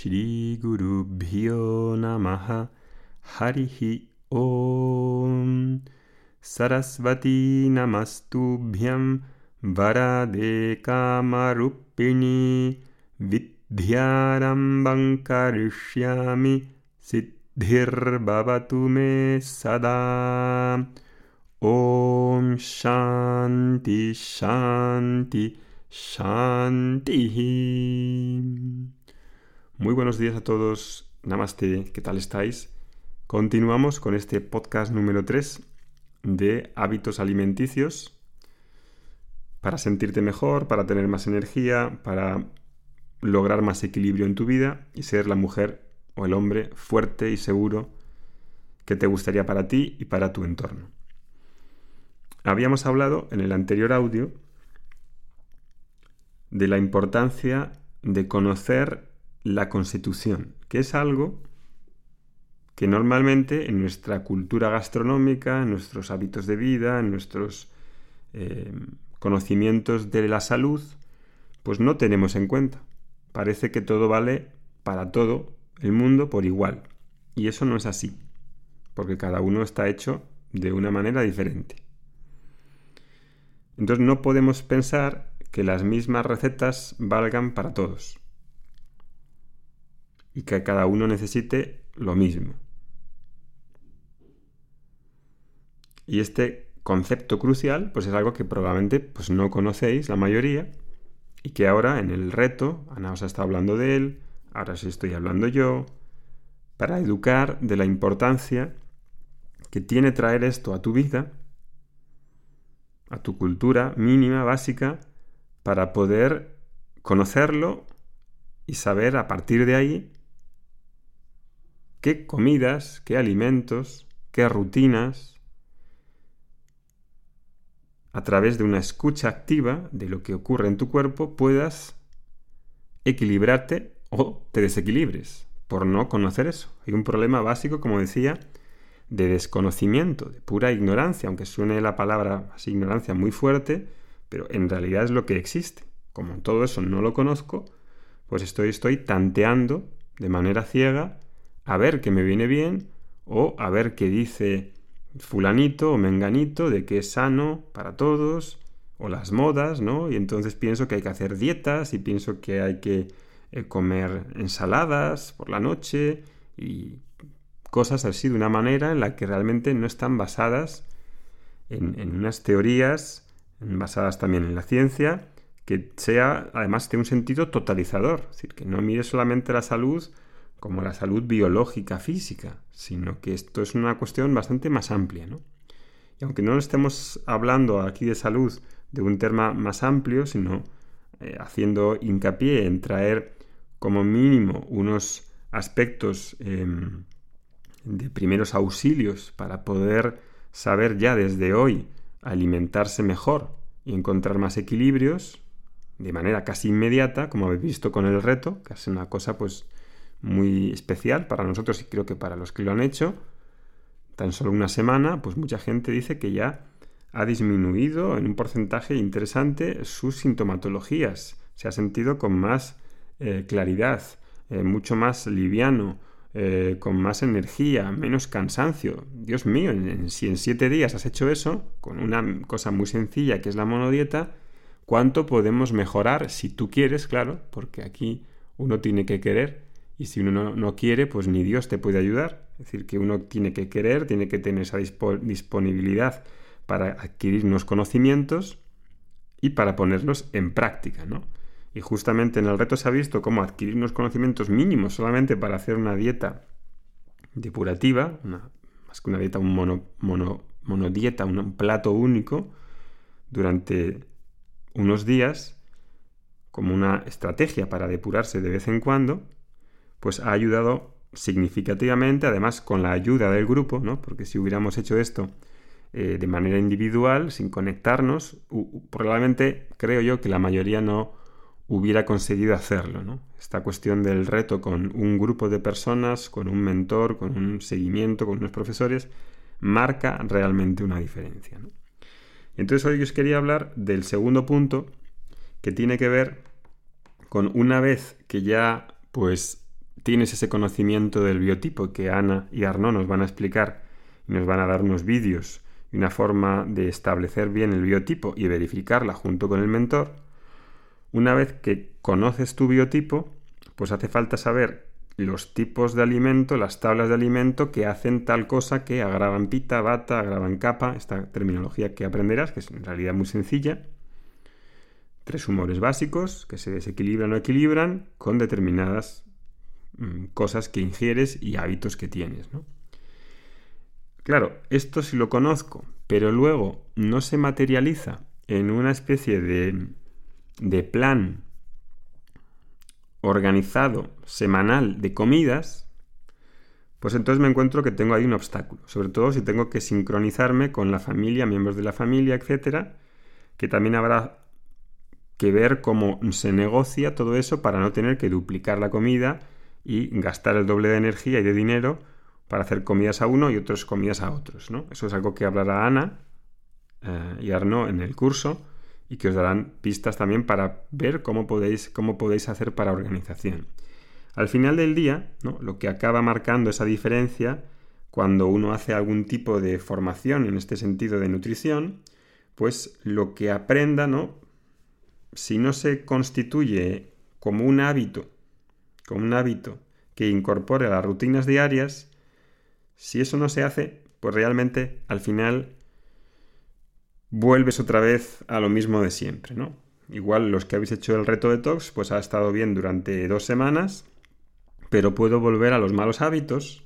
Shri Gurubhyo Namaha Harihi Om Sarasvati Namastubhyam Varade Kamarupini Vidhyarambam Karishyami Siddhir Bhavatu Me Sada. Om Shanti Shanti Shanti. Muy buenos días a todos. Namaste, ¿qué tal estáis? Continuamos con este podcast número 3 de hábitos alimenticios para sentirte mejor, para tener más energía, para lograr más equilibrio en tu vida y ser la mujer o el hombre fuerte y seguro que te gustaría para ti y para tu entorno. Habíamos hablado en el anterior audio de la importancia de conocer la Constitución, que es algo que normalmente en nuestra cultura gastronómica, en nuestros hábitos de vida, en nuestros conocimientos de la salud, pues no tenemos en cuenta. Parece que todo vale para todo el mundo por igual. Y eso no es así, porque cada uno está hecho de una manera diferente. Entonces no podemos pensar que las mismas recetas valgan para todos y que cada uno necesite lo mismo. Y este concepto crucial pues es algo que probablemente pues no conocéis la mayoría y que ahora en el reto, Ana os ha estado hablando de él, ahora os estoy hablando yo, para educar de la importancia que tiene traer esto a tu vida, a tu cultura mínima, básica, para poder conocerlo y saber a partir de ahí qué comidas, qué alimentos, qué rutinas, a través de una escucha activa de lo que ocurre en tu cuerpo, puedas equilibrarte o te desequilibres por no conocer eso. Hay un problema básico, como decía, de desconocimiento, de pura ignorancia, aunque suene la palabra así, ignorancia muy fuerte, pero en realidad es lo que existe. Como todo eso no lo conozco, pues estoy tanteando de manera ciega a ver qué me viene bien o a ver qué dice fulanito o menganito de que es sano para todos o las modas, ¿no? Y entonces pienso que hay que hacer dietas y pienso que hay que comer ensaladas por la noche y cosas así de una manera en la que realmente no están basadas en unas teorías basadas también en la ciencia, que sea además de un sentido totalizador, es decir, que no mire solamente la salud como la salud biológica, física, sino que esto es una cuestión bastante más amplia, ¿no? Y aunque no estemos hablando aquí de salud de un tema más amplio, sino haciendo hincapié en traer como mínimo unos aspectos de primeros auxilios para poder saber ya desde hoy alimentarse mejor y encontrar más equilibrios de manera casi inmediata, como habéis visto con el reto, que es una cosa pues muy especial para nosotros y creo que para los que lo han hecho, tan solo una semana, pues mucha gente dice que ya ha disminuido en un porcentaje interesante sus sintomatologías, se ha sentido con más claridad, mucho más liviano, con más energía, menos cansancio. Dios mío, si en 7 días has hecho eso, con una cosa muy sencilla que es la monodieta, ¿cuánto podemos mejorar si tú quieres? Claro, porque aquí uno tiene que querer y si uno no quiere, pues ni Dios te puede ayudar. Es decir, que uno tiene que querer, tiene que tener esa disponibilidad para adquirir unos conocimientos y para ponerlos en práctica, ¿no? Y justamente en el reto se ha visto cómo adquirir unos conocimientos mínimos solamente para hacer una dieta depurativa, más que una dieta, un monodieta, un plato único, durante unos días, como una estrategia para depurarse de vez en cuando, pues ha ayudado significativamente, además con la ayuda del grupo, ¿no? Porque si hubiéramos hecho esto de manera individual, sin conectarnos, probablemente creo yo que la mayoría no hubiera conseguido hacerlo, ¿no? Esta cuestión del reto con un grupo de personas, con un mentor, con un seguimiento, con unos profesores, marca realmente una diferencia, ¿no? Entonces hoy os quería hablar del segundo punto, que tiene que ver con una vez que ya pues tienes ese conocimiento del biotipo que Ana y Arnaud nos van a explicar y nos van a dar unos vídeos y una forma de establecer bien el biotipo y verificarla junto con el mentor, una vez que conoces tu biotipo, pues hace falta saber los tipos de alimento, las tablas de alimento que hacen tal cosa que agravan pita, bata, agravan capa, esta terminología que aprenderás, que es en realidad muy sencilla. 3 humores básicos que se desequilibran o equilibran con determinadas cosas que ingieres y hábitos que tienes, ¿no? Claro, esto sí lo conozco, pero luego no se materializa en una especie de plan organizado, semanal, de comidas, pues entonces me encuentro que tengo ahí un obstáculo, sobre todo si tengo que sincronizarme con la familia, miembros de la familia, etcétera, que también habrá que ver cómo se negocia todo eso para no tener que duplicar la comida y gastar el doble de energía y de dinero para hacer comidas a uno y otras comidas a otros, ¿no? Eso es algo que hablará Ana y Arnaud en el curso y que os darán pistas también para ver cómo podéis hacer para organización. Al final del día, ¿no?, lo que acaba marcando esa diferencia cuando uno hace algún tipo de formación en este sentido de nutrición, pues lo que aprenda, ¿no?, si no se constituye como un hábito que incorpore a las rutinas diarias, si eso no se hace, pues realmente al final vuelves otra vez a lo mismo de siempre, ¿no? Igual los que habéis hecho el reto detox, pues ha estado bien durante 2 semanas, pero puedo volver a los malos hábitos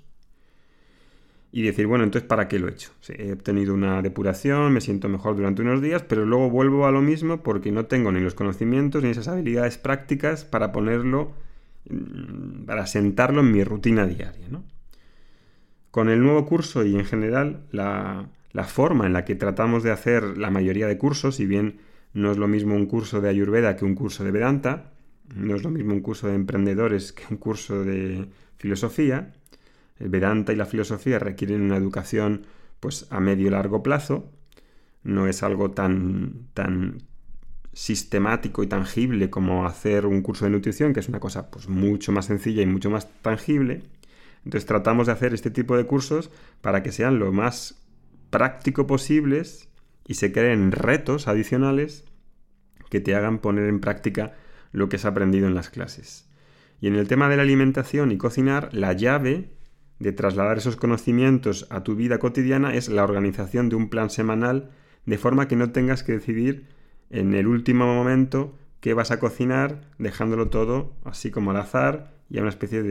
y decir, bueno, entonces ¿para qué lo he hecho? Sí, he obtenido una depuración, me siento mejor durante unos días, pero luego vuelvo a lo mismo porque no tengo ni los conocimientos ni esas habilidades prácticas para ponerlo, para sentarlo en mi rutina diaria, ¿no? Con el nuevo curso y en general la forma en la que tratamos de hacer la mayoría de cursos, si bien no es lo mismo un curso de Ayurveda que un curso de Vedanta, no es lo mismo un curso de emprendedores que un curso de filosofía. El Vedanta y la filosofía requieren una educación pues a medio y largo plazo, no es algo tan sistemático y tangible como hacer un curso de nutrición, que es una cosa pues mucho más sencilla y mucho más tangible. Entonces tratamos de hacer este tipo de cursos para que sean lo más práctico posibles y se creen retos adicionales que te hagan poner en práctica lo que has aprendido en las clases. Y en el tema de la alimentación y cocinar, la llave de trasladar esos conocimientos a tu vida cotidiana es la organización de un plan semanal, de forma que no tengas que decidir en el último momento qué vas a cocinar, dejándolo todo así como al azar y a una especie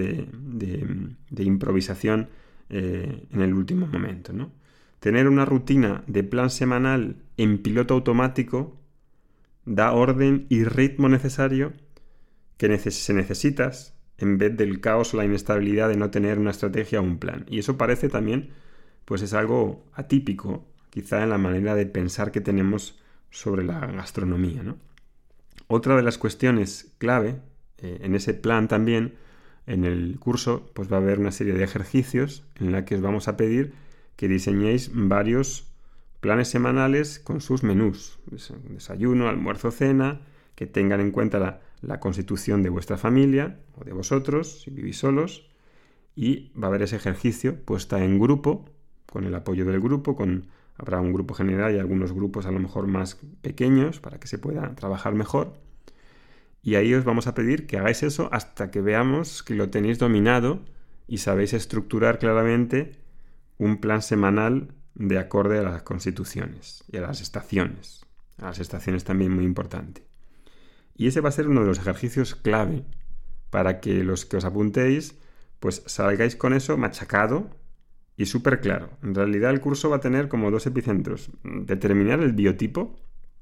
de improvisación en el último momento, ¿no? Tener una rutina de plan semanal en piloto automático da orden y ritmo necesario que se necesitas en vez del caos o la inestabilidad de no tener una estrategia o un plan. Y eso parece también, pues es algo atípico, quizá en la manera de pensar que tenemos sobre la gastronomía, ¿no? Otra de las cuestiones clave en ese plan también, en el curso, pues va a haber una serie de ejercicios en la que os vamos a pedir que diseñéis varios planes semanales con sus menús, desayuno, almuerzo, cena, que tengan en cuenta la constitución de vuestra familia o de vosotros, si vivís solos, y va a haber ese ejercicio puesta en grupo, con el apoyo del grupo, habrá un grupo general y algunos grupos a lo mejor más pequeños para que se pueda trabajar mejor. Y ahí os vamos a pedir que hagáis eso hasta que veamos que lo tenéis dominado y sabéis estructurar claramente un plan semanal de acorde a las constituciones y a las estaciones. A las estaciones también muy importante. Y ese va a ser uno de los ejercicios clave para que los que os apuntéis pues salgáis con eso machacado y súper claro. En realidad el curso va a tener como 2 epicentros. Determinar el biotipo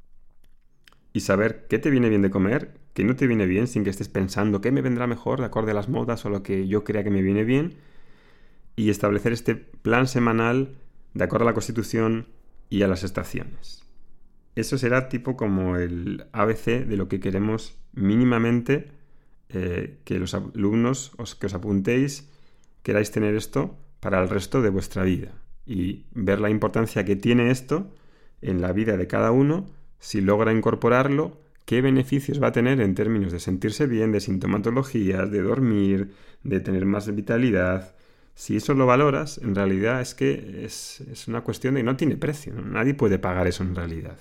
y saber qué te viene bien de comer, qué no te viene bien, sin que estés pensando qué me vendrá mejor de acorde a las modas o lo que yo crea que me viene bien, y establecer este plan semanal de acuerdo a la Constitución y a las estaciones. Eso será tipo como el ABC de lo que queremos mínimamente que los alumnos que os apuntéis queráis tener esto para el resto de vuestra vida y ver la importancia que tiene esto en la vida de cada uno, si logra incorporarlo, qué beneficios va a tener en términos de sentirse bien, de sintomatologías, de dormir, de tener más vitalidad. Si eso lo valoras, en realidad es que es una cuestión de que no tiene precio, ¿no? Nadie puede pagar eso en realidad.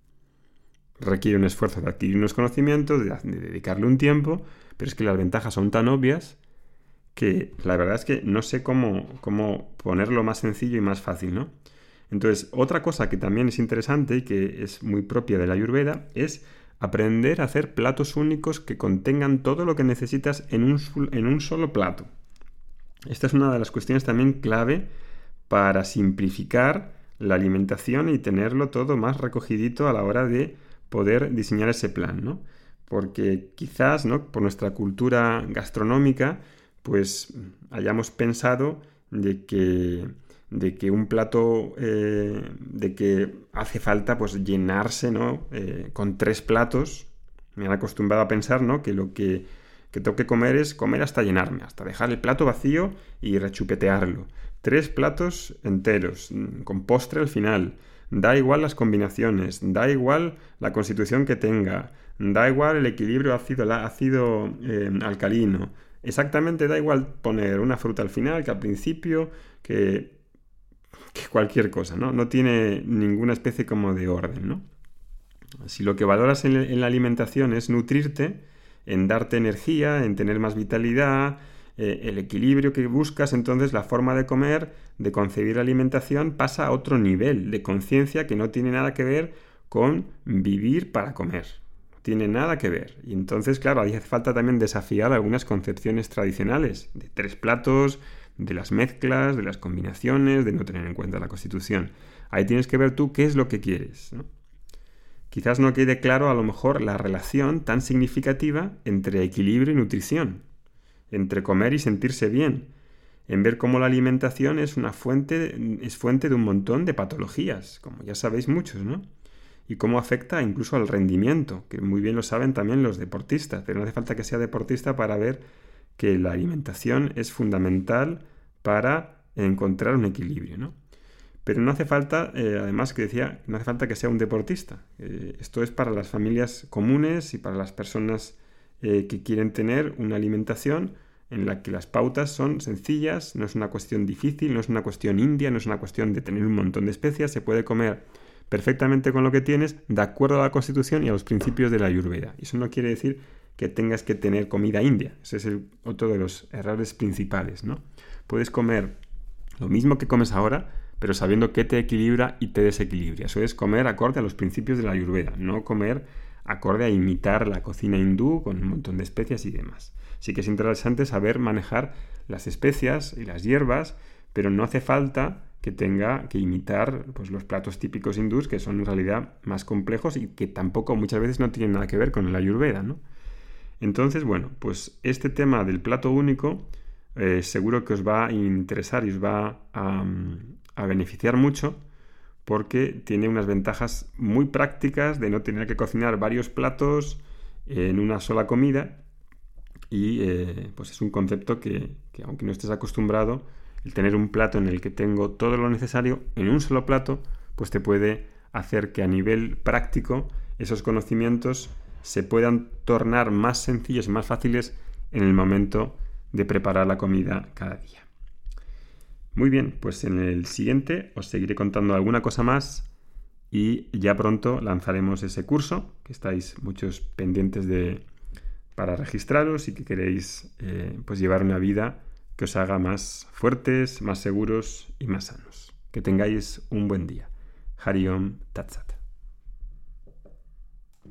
Requiere un esfuerzo de adquirir unos conocimientos, de dedicarle un tiempo, pero es que las ventajas son tan obvias que la verdad es que no sé cómo ponerlo más sencillo y más fácil, ¿no? Entonces, otra cosa que también es interesante y que es muy propia de la Ayurveda es aprender a hacer platos únicos que contengan todo lo que necesitas en un solo plato. Esta es una de las cuestiones también clave para simplificar la alimentación y tenerlo todo más recogidito a la hora de poder diseñar ese plan, ¿no? Porque quizás, ¿no?, por nuestra cultura gastronómica, pues hayamos pensado de que un plato, de que hace falta pues llenarse, ¿no?, con 3 platos. Me han acostumbrado a pensar, ¿no?, que lo que tengo que comer es comer hasta llenarme, hasta dejar el plato vacío y rechupetearlo. 3 platos enteros, con postre al final. Da igual las combinaciones, da igual la constitución que tenga, da igual el equilibrio ácido-alcalino. Exactamente da igual poner una fruta al final que al principio, que cualquier cosa, ¿no? No tiene ninguna especie como de orden, ¿no? Si lo que valoras en la alimentación es nutrirte, en darte energía, en tener más vitalidad, el equilibrio que buscas, entonces la forma de comer, de concebir la alimentación, pasa a otro nivel de conciencia que no tiene nada que ver con vivir para comer. No tiene nada que ver. Y entonces, claro, ahí hace falta también desafiar algunas concepciones tradicionales de 3 platos, de las mezclas, de las combinaciones, de no tener en cuenta la constitución. Ahí tienes que ver tú qué es lo que quieres, ¿no? Quizás no quede claro a lo mejor la relación tan significativa entre equilibrio y nutrición, entre comer y sentirse bien, en ver cómo la alimentación es fuente de un montón de patologías, como ya sabéis muchos, ¿no? Y cómo afecta incluso al rendimiento, que muy bien lo saben también los deportistas, pero no hace falta que sea deportista para ver que la alimentación es fundamental para encontrar un equilibrio, ¿no? Pero no hace falta, además que decía, no hace falta que sea un deportista. Esto es para las familias comunes y para las personas que quieren tener una alimentación en la que las pautas son sencillas, no es una cuestión difícil, no es una cuestión india, no es una cuestión de tener un montón de especias, se puede comer perfectamente con lo que tienes, de acuerdo a la Constitución y a los principios de la Ayurveda. Y eso no quiere decir que tengas que tener comida india. Ese es otro de los errores principales, ¿no? Puedes comer lo mismo que comes ahora, pero sabiendo qué te equilibra y te desequilibra. Eso es comer acorde a los principios de la Ayurveda, no comer acorde a imitar la cocina hindú con un montón de especias y demás. Sí que es interesante saber manejar las especias y las hierbas, pero no hace falta que tenga que imitar pues, los platos típicos hindús, que son en realidad más complejos y que tampoco muchas veces no tienen nada que ver con la Ayurveda, ¿no? Entonces, bueno, pues este tema del plato único seguro que os va a interesar y os va a beneficiar mucho, porque tiene unas ventajas muy prácticas de no tener que cocinar varios platos en una sola comida y pues es un concepto que aunque no estés acostumbrado, el tener un plato en el que tengo todo lo necesario en un solo plato, pues te puede hacer que a nivel práctico esos conocimientos se puedan tornar más sencillos y más fáciles en el momento de preparar la comida cada día. Muy bien, pues en el siguiente os seguiré contando alguna cosa más y ya pronto lanzaremos ese curso que estáis muchos pendientes para registraros y que queréis pues llevar una vida que os haga más fuertes, más seguros y más sanos. Que tengáis un buen día. Hari Om Tat Sat.